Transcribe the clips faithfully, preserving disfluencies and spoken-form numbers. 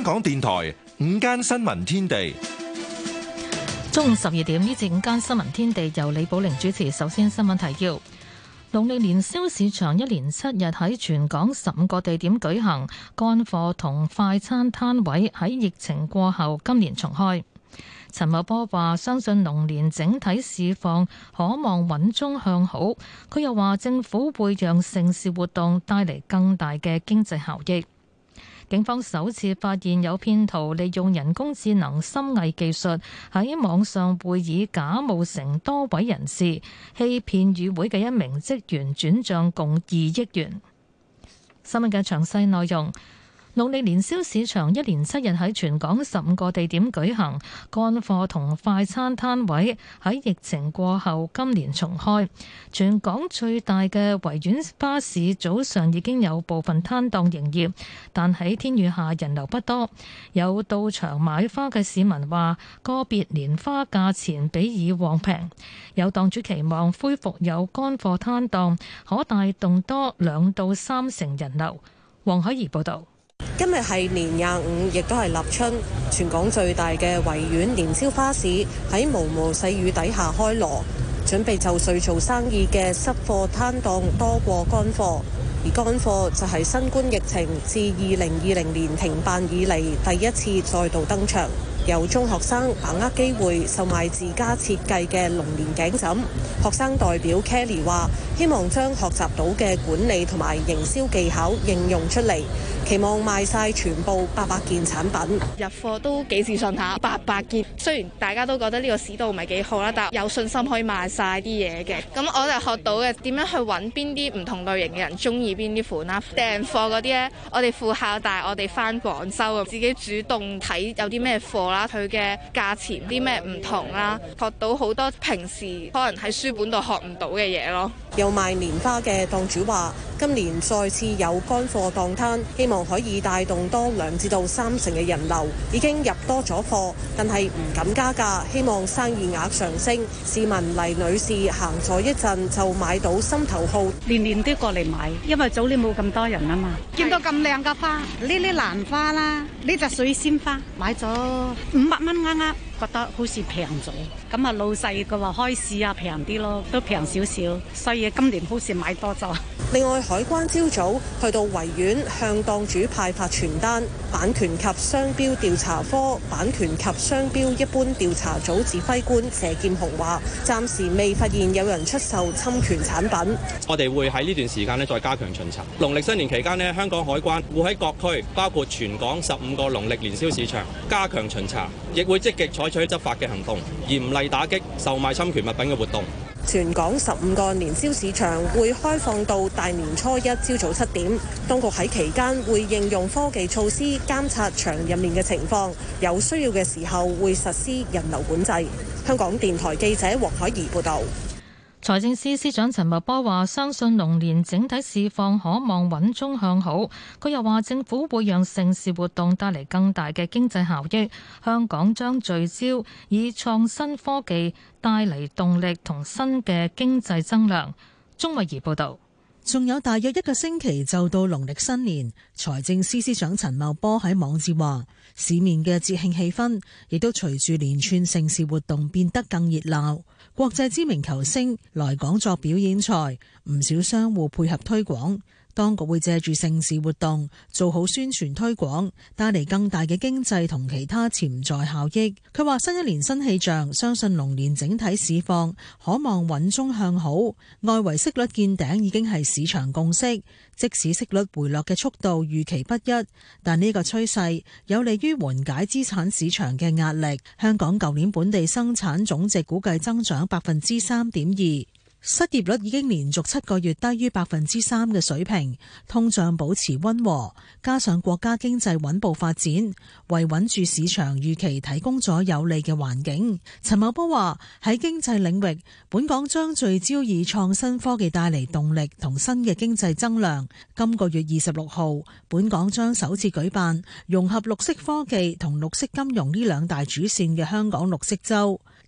港電台午間新聞天地， 中午十二點，呢節午間新聞天地由李寶玲主持。首先新聞提要：農曆年宵市場一連七日喺全港十五個地點舉行，乾貨同快餐攤位喺疫情過後今年重開。陳茂波話相信龍年整體市況可望穩中向好。佢又話政府會讓盛事活動帶嚟更大嘅經濟效益。警方首次發現有騙徒利用人工智能深偽技術喺網上會議假冒成多位人士，欺騙與會嘅一名職員轉賬共二億元。新聞嘅詳細內容。農曆年宵市場一連七日喺全港十五個地點舉行，乾貨同快餐攤位喺疫情過後今年重開。全港最大嘅維園花市早上已經有部分攤檔營業，但喺天雨下人流不多。有到場買花嘅市民話，個別年花價錢比以往平。有檔主期望恢復有乾貨攤檔，可帶動多兩到三成人流。黃海怡報導。 今日係年廿五，亦都係立春，全港最大嘅維園年宵花市喺毛毛細雨底下開鑼，準備就緒做生意嘅濕貨攤檔多過乾貨，而乾貨就係新冠疫情自二零二零年停辦以嚟第一次再度登場。有中學生把握機會售賣自家設計嘅龍年頸枕。學生代表 Kelly 話，希望將學習到嘅管理同埋營銷技巧應用出嚟，期望賣晒全部八百件產品。 入貨都幾自信下，八百件。雖然大家都覺得呢個市道唔係幾好啦，但有信心可以賣晒啲嘢嘅。咁我就學到嘅點樣去揾邊啲唔同類型嘅人中意邊啲款啦。訂貨嗰啲呢，我哋副校帶我哋返廣州，自己主動睇有啲咩貨啦，佢嘅價錢啲咩唔同啦，學到好多平時可能喺書本度學唔到嘅嘢咯。 有賣年花嘅檔主話，今年再次有乾貨檔攤，希望可以帶動多兩至到三成嘅人流。已經入多咗貨，但係唔敢加價，希望生意額上升。市民黎女士行咗一陣就買到心頭好， 年年都過嚟買，因為早年冇咁多人啊嘛。見到咁靚嘅花，呢啲蘭花啦，呢隻水仙花，買咗五百蚊啱啱。覺得好似平咗，咁啊老細嘅話開市啊平啲咯，都平少少，所以今年好似買多咗。 另外，海關朝早去到維園向檔主派發傳單。版權及商標調查科版權及商標一般調查組指揮官謝劍雄話，暫時未發現有人出售侵權產品。 我哋會喺呢段時間呢再加強巡查。農曆新年期間呢，香港海關會喺各區，包括全港十五個農曆年宵市場加強巡查，亦會積極採取執法嘅行動，嚴厲打擊售賣侵權物品嘅活動。 全港十五個年宵市場會開放到大年初一朝早七點，當局喺期間會應用科技措施監察場入面嘅情況，有需要嘅時候會實施人流管制。香港電台記者黃海怡報導。 財政司司長陳茂波話：相信龍年整體市況可望穩中向好。佢又話政府會讓盛事活動帶嚟更大嘅經濟效益。香港將聚焦以創新科技帶嚟動力同新嘅經濟增量。鍾慧儀報導。 仲有大約一個星期就到農曆新年，財政司司長陳茂波喺網誌話，市面嘅節慶氣氛亦都隨住連串盛事活動變得更熱鬧。國際知名球星來港作表演賽，唔少商戶配合推廣。當局會借住盛事活動做好宣傳推廣，帶嚟更大嘅經濟同其他潛在效益。佢話新一年新氣象，相信龍年整體市況可望穩中向好。外圍息率見頂已經係市場共識，即使息率回落嘅速度預期不一，但呢個趨勢有利於緩解資產市場嘅壓力。香港舊年本地生產總值估計增長百分之三點二。失業率已經連續七個月低於百分之三嘅水平，通脹保持溫和，加上國家經濟穩步發展，為穩住市場預期提供咗有利嘅環境。陳茂波話喺經濟領域，本港將聚焦以創新科技帶嚟動力同新嘅經濟增量。今個月二十六號，本港將首次舉辦融合綠色科技同綠色金融呢兩大主線嘅香港綠色週。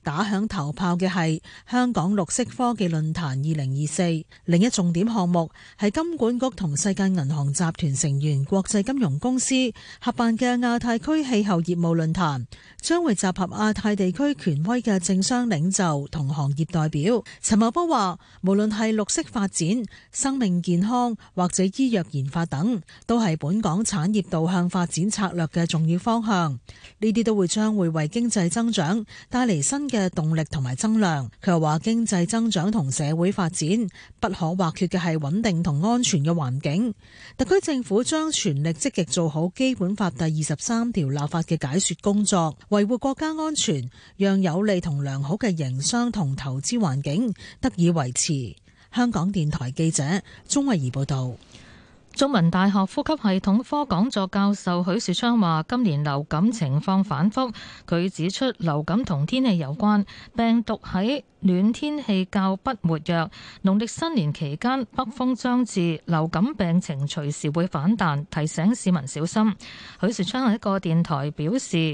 打響頭炮嘅係香港綠色科技論壇二零二四，另一重點項目係金管局同世界銀行集團成員國際金融公司合辦嘅亞太區氣候業務論壇，將會集合亞太地區權威嘅政商領袖同行業代表。陳茂波話，無論係綠色發展、生命健康或者醫藥研發等，都係本港產業導向發展策略嘅重要方向。呢啲都會將會為經濟增長帶嚟新嘅動力同埋增量。佢又話，經濟增長同社會發展不可或缺嘅係穩定同安全嘅環境。特區政府將全力積極做好基本法第二十三條立法嘅解說工作，維護國家安全，讓有利同良好嘅營商同投資環境得以維持。香港電台記者鍾慧儀報道。 中文大學呼吸系統科講座教授許樹昌話，今年流感情況反覆。佢指出，流感同天氣有關，病毒喺暖天氣較不活躍。農曆新年期間北風將至，流感病情隨時會反彈，提醒市民小心。許樹昌喺一個電台表示，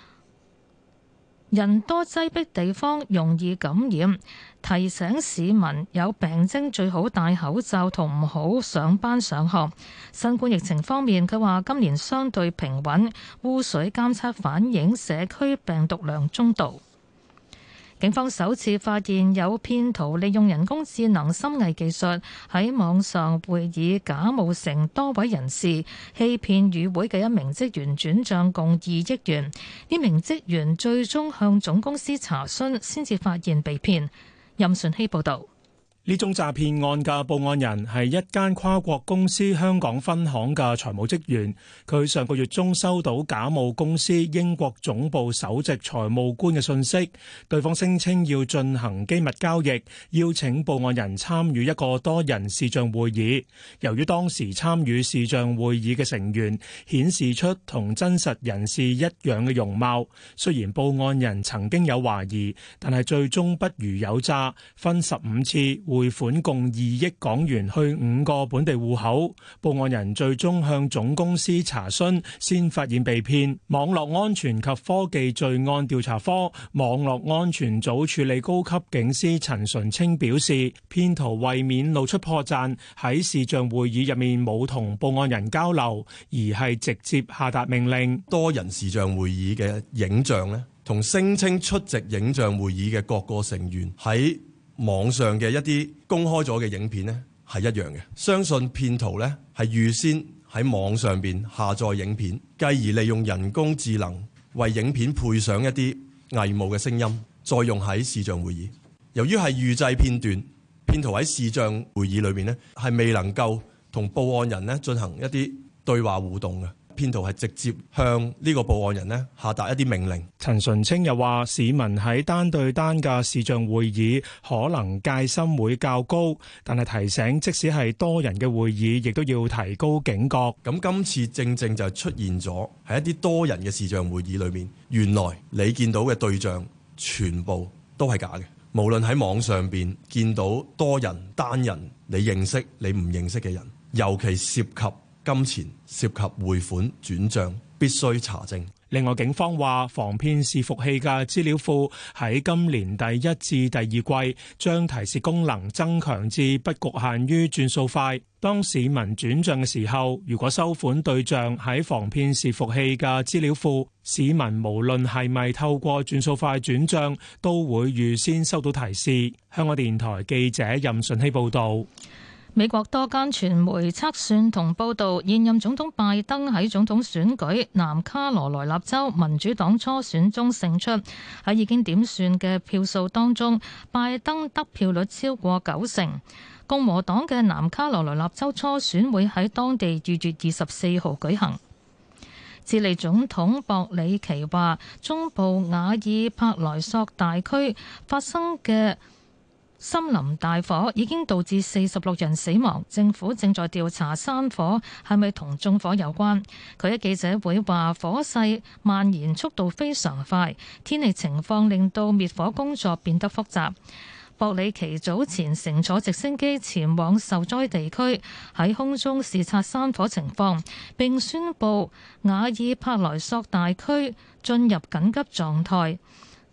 人多擠迫地方容易感染，提醒市民有病徵最好戴口罩同唔好上班上學。新冠疫情方面，佢話今年相對平穩，污水監測反映社區病毒量中度。警方首次發現有騙徒利用人工智能深偽技術喺網上會議假冒成多位人士，欺騙與會嘅一名職員轉帳共二億元。呢名職員最終向總公司查詢，先至發現被騙。任順希報導。 呢宗詐騙案嘅報案人係一間跨國公司香港分行嘅財務職員，佢上個月中收到假冒公司英國總部首席財務官嘅信息，對方聲稱要進行機密交易，邀請報案人參與一個多人視像會議。由於當時參與視像會議嘅成員顯示出同真實人士一樣嘅容貌，雖然報案人曾經有懷疑，但係最終不虞有詐，分十五次匯款共二億港元去五個本地戶口，報案人最終向總公司查詢，先發現被騙。網絡安全及科技罪案調查科網絡安全組處理高級警司陳純清表示，騙徒為免露出破綻，喺視像會議入面冇同報案人交流，而係直接下達命令。 多人視像會議嘅影像呢，同聲稱出席影像會議嘅各個成員喺網上嘅一啲公開咗嘅影片呢係一樣嘅，相信騙徒呢係預先喺網上邊下載影片，繼而利用人工智能為影片配上一啲偽冒嘅聲音，再用喺視像會議。由於係預製片段，騙徒喺視像會議裏面呢係未能夠同報案人呢進行一啲對話互動嘅。騙徒係直接向呢個報案人呢下達一啲命令。 陳純清又話，市民喺單對單嘅視像會議可能戒心會較高，但係提醒即使係多人嘅會議，亦都要提高警覺。 咁今次正正就出現咗喺一啲多人嘅視像會議裏面，原來你見到嘅對象全部都係假嘅。無論喺網上邊見到多人單人，你認識你唔認識嘅人，尤其涉及金錢涉及匯款轉帳，必須查證。 另外，警方話防騙視伺器嘅資料庫喺今年第一至第二季將提示功能增強至不局限於轉數快。當市民轉帳嘅時候，如果收款對象喺防騙視伺器嘅資料庫，市民無論係咪透過轉數快轉帳，都會預先收到提示。香港電台記者任順希報導。 美國多間傳媒測算同報導，現任總統拜登喺總統選舉南卡羅來納州民主黨初選中勝出。喺已經點算嘅票數當中，拜登得票率超過九成。共和黨嘅南卡羅來納州初選會喺當地二月二十四號舉行。智利總統博里奇話，中部瓦爾帕萊索大區發生嘅森林大火已經導致四十六人死亡，政府正在調查山火係咪同縱火有關。佢喺記者會話，火勢蔓延速度非常快，天氣情況令到滅火工作變得複雜。博里奇早前乘坐直升機前往受災地區，喺空中視察山火情況，並宣布瓦爾帕萊索大區進入緊急狀態。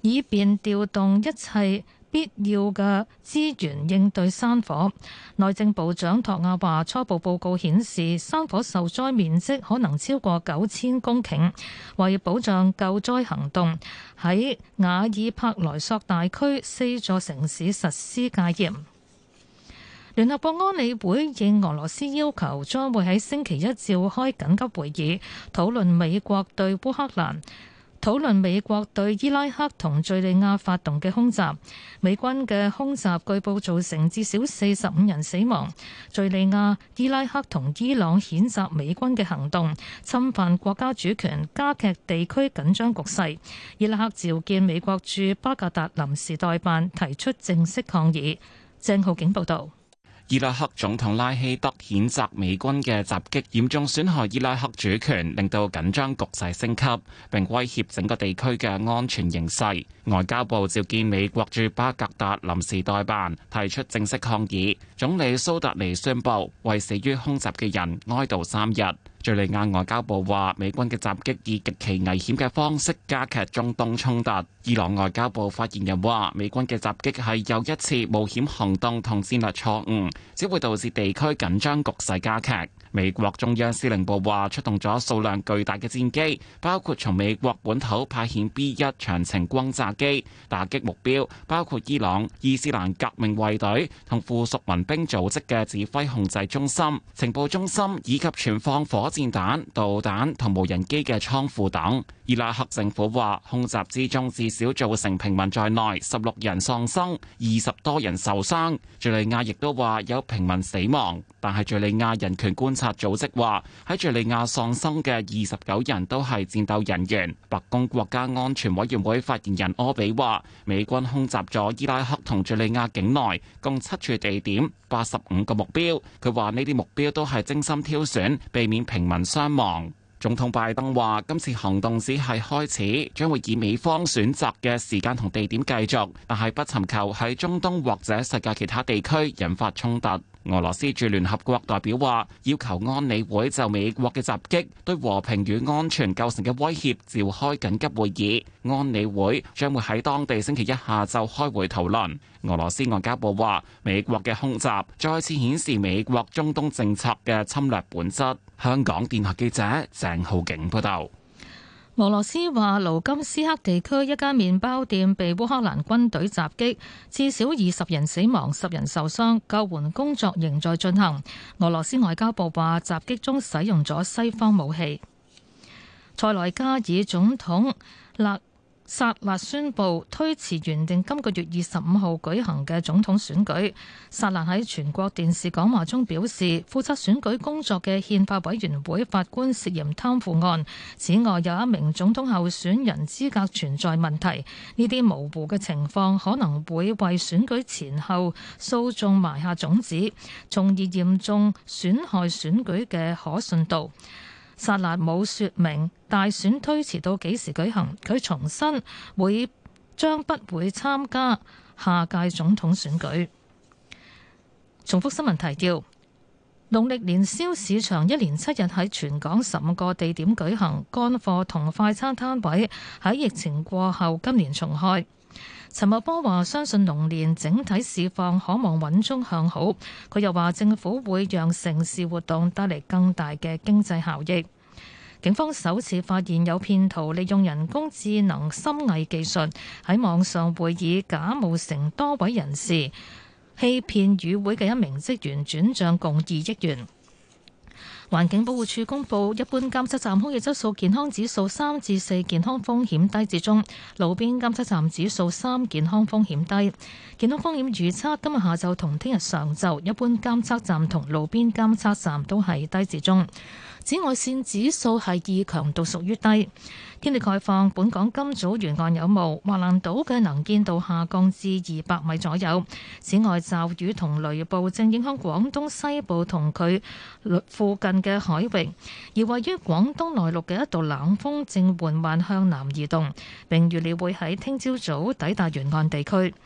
以便調動一切必要嘅資源應對山火。內政部長托亞話，初步報告顯示山火受災面積可能超過九千公頃，為保障救災行動，喺瓦爾帕萊索大區四座城市實施戒嚴。聯合國安理會應俄羅斯要求，將會喺星期一召開緊急會議，討論美國對烏克蘭討論美國對伊拉克同敘利亞發動嘅空襲。美軍嘅空襲據報造成至少四十五人死亡。敘利亞、伊拉克同伊朗譴責美軍嘅行動，侵犯國家主權，加劇地區緊張局勢。伊拉克召見美國駐巴格達臨時代辦，提出正式抗議。鄭浩景報導。 伊拉克總統拉希德譴責美軍嘅襲擊嚴重損害伊拉克主權，令到緊張局勢升級，並威脅整個地區嘅安全形勢。外交部召見美國駐巴格達臨時代辦，提出正式抗議。總理蘇達尼宣布為死於空襲嘅人哀悼三日。敘利亞外交部話，美軍嘅襲擊以極其危險嘅方式加劇中東衝突。伊朗外交部發言人話，美軍嘅襲擊係又一次冒險行動同戰略錯誤，只會導致地區緊張局勢加劇。美國中央司令部話，出動咗數量巨大嘅戰機，包括從美國本土派遣 B 一長程轟炸機，打擊目標包括伊朗伊斯蘭革命衛隊同附屬民兵組織嘅指揮控制中心、情報中心以及存放火箭彈、導彈同無人機嘅倉庫等。伊拉克政府話，空襲之中至少造成平民在內十六人喪生，二十多人受傷。敘利亞亦都話有平民死亡，但係敘利亞人權觀察組織話，喺敘利亞喪生嘅二十九人都係戰鬥人員。白宮國家安全委員會發言人柯比話，美軍空襲咗伊拉克同敘利亞境內共七處地點，八十五個目標。佢話呢啲目標都係精心挑選，避免平民傷亡。總統拜登話，今次行動只係開始，將會以美方選擇嘅時間同地點繼續，但係不尋求喺中東或者世界其他地區引發衝突。俄羅斯駐聯合國代表話，要求安理會就美國嘅襲擊對和平與安全構成嘅威脅召開緊急會議，安理會將會喺當地星期一下晝開會討論。俄羅斯外交部話，美國嘅空襲再次顯示美國中東政策嘅侵略本質。香港電台記者鄭浩景報道。 俄羅斯話，盧甘斯克地區一間麵包店被烏克蘭軍隊襲擊，至少二十人死亡，十人受傷，救援工作仍在進行。俄羅斯外交部話，襲擊中使用咗西方武器。塞內加爾總統勒薩勒宣布推遲原定今個月二十五號舉行嘅總統選舉。薩勒喺全國電視講話中表示，負責選舉工作嘅憲法委員會法官涉嫌貪腐案。此外，有一名總統候選人資格存在問題。呢啲模糊嘅情況可能會為選舉前後訴訟埋下種子，從而嚴重損害選舉嘅可信度。薩勒冇說明大選推遲到幾時舉行，佢重申會將不會參加下屆總統選舉。重複新聞提要：農曆年宵市場一連七日喺全港十五個地點舉行，乾貨同快餐攤位喺疫情過後今年重開。陳茂波話相信龍年整體市況可望穩中向好。佢又話政府會讓城市活動帶嚟更大嘅經濟效益。警方首次發現有騙徒利用人工智能深偽技術喺網上會議假冒成多位人士，欺騙與會嘅一名職員轉賬共二億元。環境保護署公布，一般監測站空氣質素健康指數三至四，健康風險低至中；路邊監測站指數三，健康風險低。健康風險預測今日下晝同聽日上晝，一般監測站同路邊監測站都係低至中。紫外線指數係二，強度屬於低。天氣概況，本港今早沿岸有霧，華南島嘅能見度下降至二百米左右。此外，驟雨同雷暴正影響廣東西部同佢附近嘅海域，而位於廣東內陸嘅一道冷鋒正緩慢向南移動，並預料會喺聽朝早抵達沿岸地區。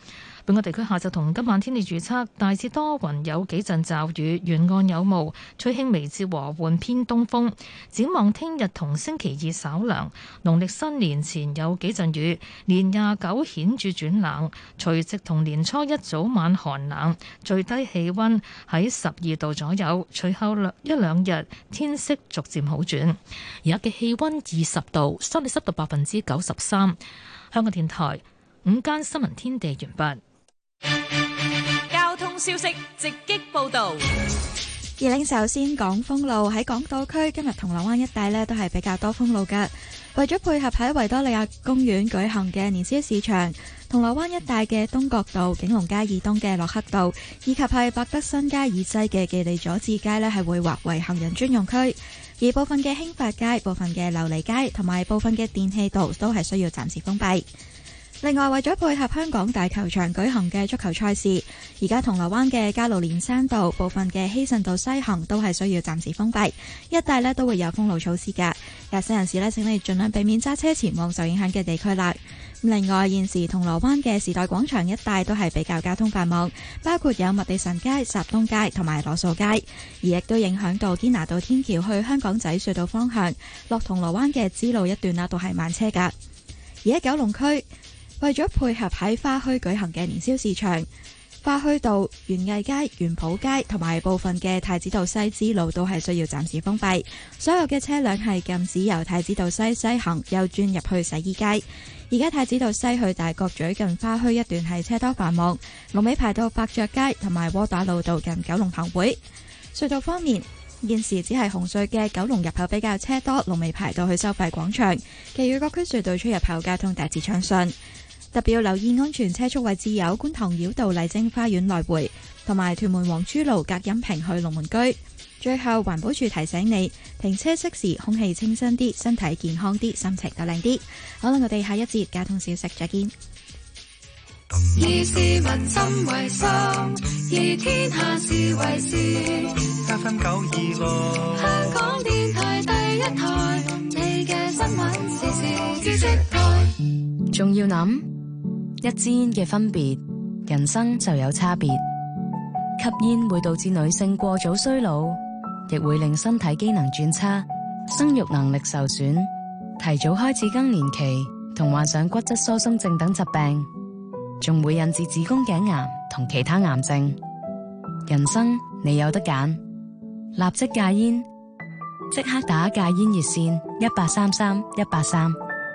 本港地區下晝同今晚天氣預測，大致多雲，有幾陣驟雨，沿岸有霧，吹輕微至和緩偏東風。展望聽日同星期二稍涼，農曆新年前有幾陣雨，年廿九顯著轉冷，除夕同年初一早晚寒冷，最低氣溫喺十二度左右。隨後兩一兩日天色逐漸好轉。而家嘅氣溫二十度，相對濕度百分之九十三。香港電台午間新聞天地完畢。 交通消息直擊報道。 二領首先講封路，喺港島區今日銅鑼灣一帶呢都係比較多封路㗎。為咗配合喺維多利亞公園舉行嘅年宵市場，銅鑼灣一帶嘅東角道、景隆街以東嘅洛克道，以及係百德新街以西嘅記利佐治街呢係會劃為行人專用區，而部分嘅興發街、部分嘅琉璃街同埋部分嘅電氣道都係需要暫時封閉。另外，為咗配合香港大球場舉行嘅足球賽事，而家銅鑼灣嘅加路連山道、部分嘅希慎道西行都係需要暫時封閉，一帶呢都會有封路措施㗎。駕駛人士呢，請你盡量避免揸車前往受影響嘅地區啦。另外，現時銅鑼灣嘅時代廣場一帶都係比較交通繁忙，包括有麥地臣街、霎東街同埋羅素街，而亦都影響到堅拿道天橋去香港仔隧道方向落銅鑼灣嘅支路一段啦，都係慢車㗎。而喺九龍區，為咗配合喺花墟舉行嘅年宵市場，花墟道、園藝街、園圃街同埋部分嘅太子道西支路都係需要暫時封閉，所有嘅車輛係禁止由太子道西西行右轉入去洗衣街。而家太子道西去大角咀近花墟一段係車多繁忙，龍尾排到百爵街同埋窩打老道近九龍行會。隧道方面，現時只係紅隧嘅九龍入口比較車多，龍尾排到去收費廣場，其餘各區隧道出入口交通大致暢順。特別要留意安全車速位置有觀塘繞道麗晶花園來回，同埋屯門黃珠路隔音屏去龍門居。最後，環保署提醒你，停車熄匙，空氣清新啲，身體健康啲，心情都靚啲。好啦，我哋下一節交通消息再見。 以市民心為心，以天下事為事。八分九二六，香港電台第一台，你嘅新聞時事知識台。 仲要諗一支煙嘅分別，人生就有差別。吸煙會導致女性過早衰老，亦會令身體機能轉差，生育能力受損，提早開始更年期同患上骨質疏鬆症等疾病，仲會引致子宮頸癌同其他癌症。人生你有得揀，立即戒煙，即刻打戒煙熱線一八三三一八三。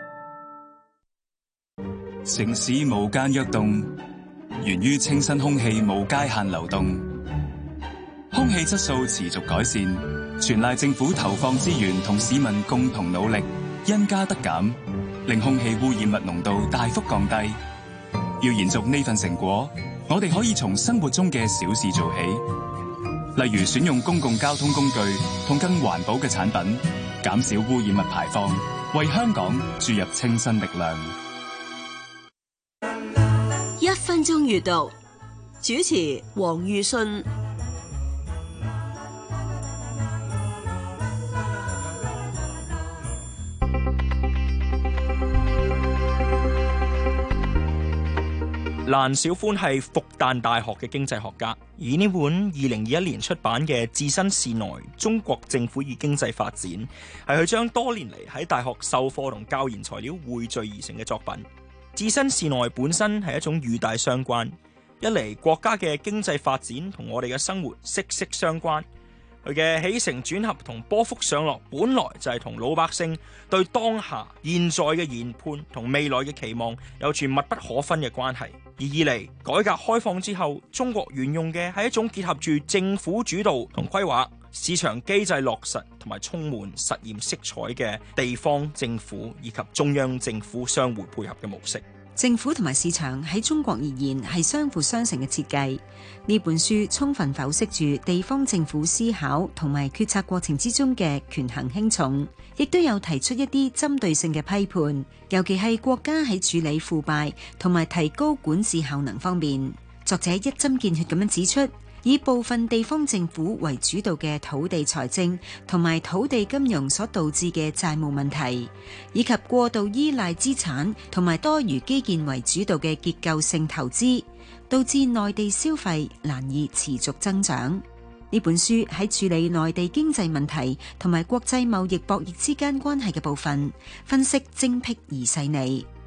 城市無間躍動，源於清新空氣無界限流動，空氣質素持續改善，全賴政府投放資源同市民共同努力，因加得減，令空氣污染物濃度大幅降低。要延續呢份成果，我哋可以從生活中嘅小事做起，例如選用公共交通工具同更環保嘅產品，減少污染物排放，為香港注入清新力量。 一分鐘閱讀，主持黃裕信。 蘭小寬係復旦大學嘅經濟學家，而呢本二零二一年出版嘅《置身事內：中國政府與經濟發展》，係佢將多年嚟喺大學授課同教研材料匯聚而成嘅作品。置身事內本身係一種語帶相關，一嚟國家嘅經濟發展同我哋嘅生活息息相關，佢嘅起承轉合同波幅上落本來就係同老百姓對當下現在嘅研判同未來嘅期望有住密不可分嘅關係。而二嚟，改革開放之後，中國沿用嘅係一種結合住政府主導同規劃、市場機制落實同埋充滿實驗色彩嘅地方政府以及中央政府相互配合嘅模式。 政府同埋市場喺中國而言係相輔相成嘅設計。呢本書充分剖析住地方政府思考同埋決策過程之中嘅權衡輕重，亦都有提出一啲針對性嘅批判，尤其係國家喺處理腐敗同埋提高管治效能方面。作者一針見血咁樣指出，以部分地方政府為主導嘅土地財政同埋土地金融所導致嘅債務問題，以及過度依賴資產同埋多餘基建為主導嘅結構性投資， 導致內地消費難以持續增長。呢本書喺處理內地經濟問題同埋國際貿易博弈之間關係嘅部分，分析精闢而細膩。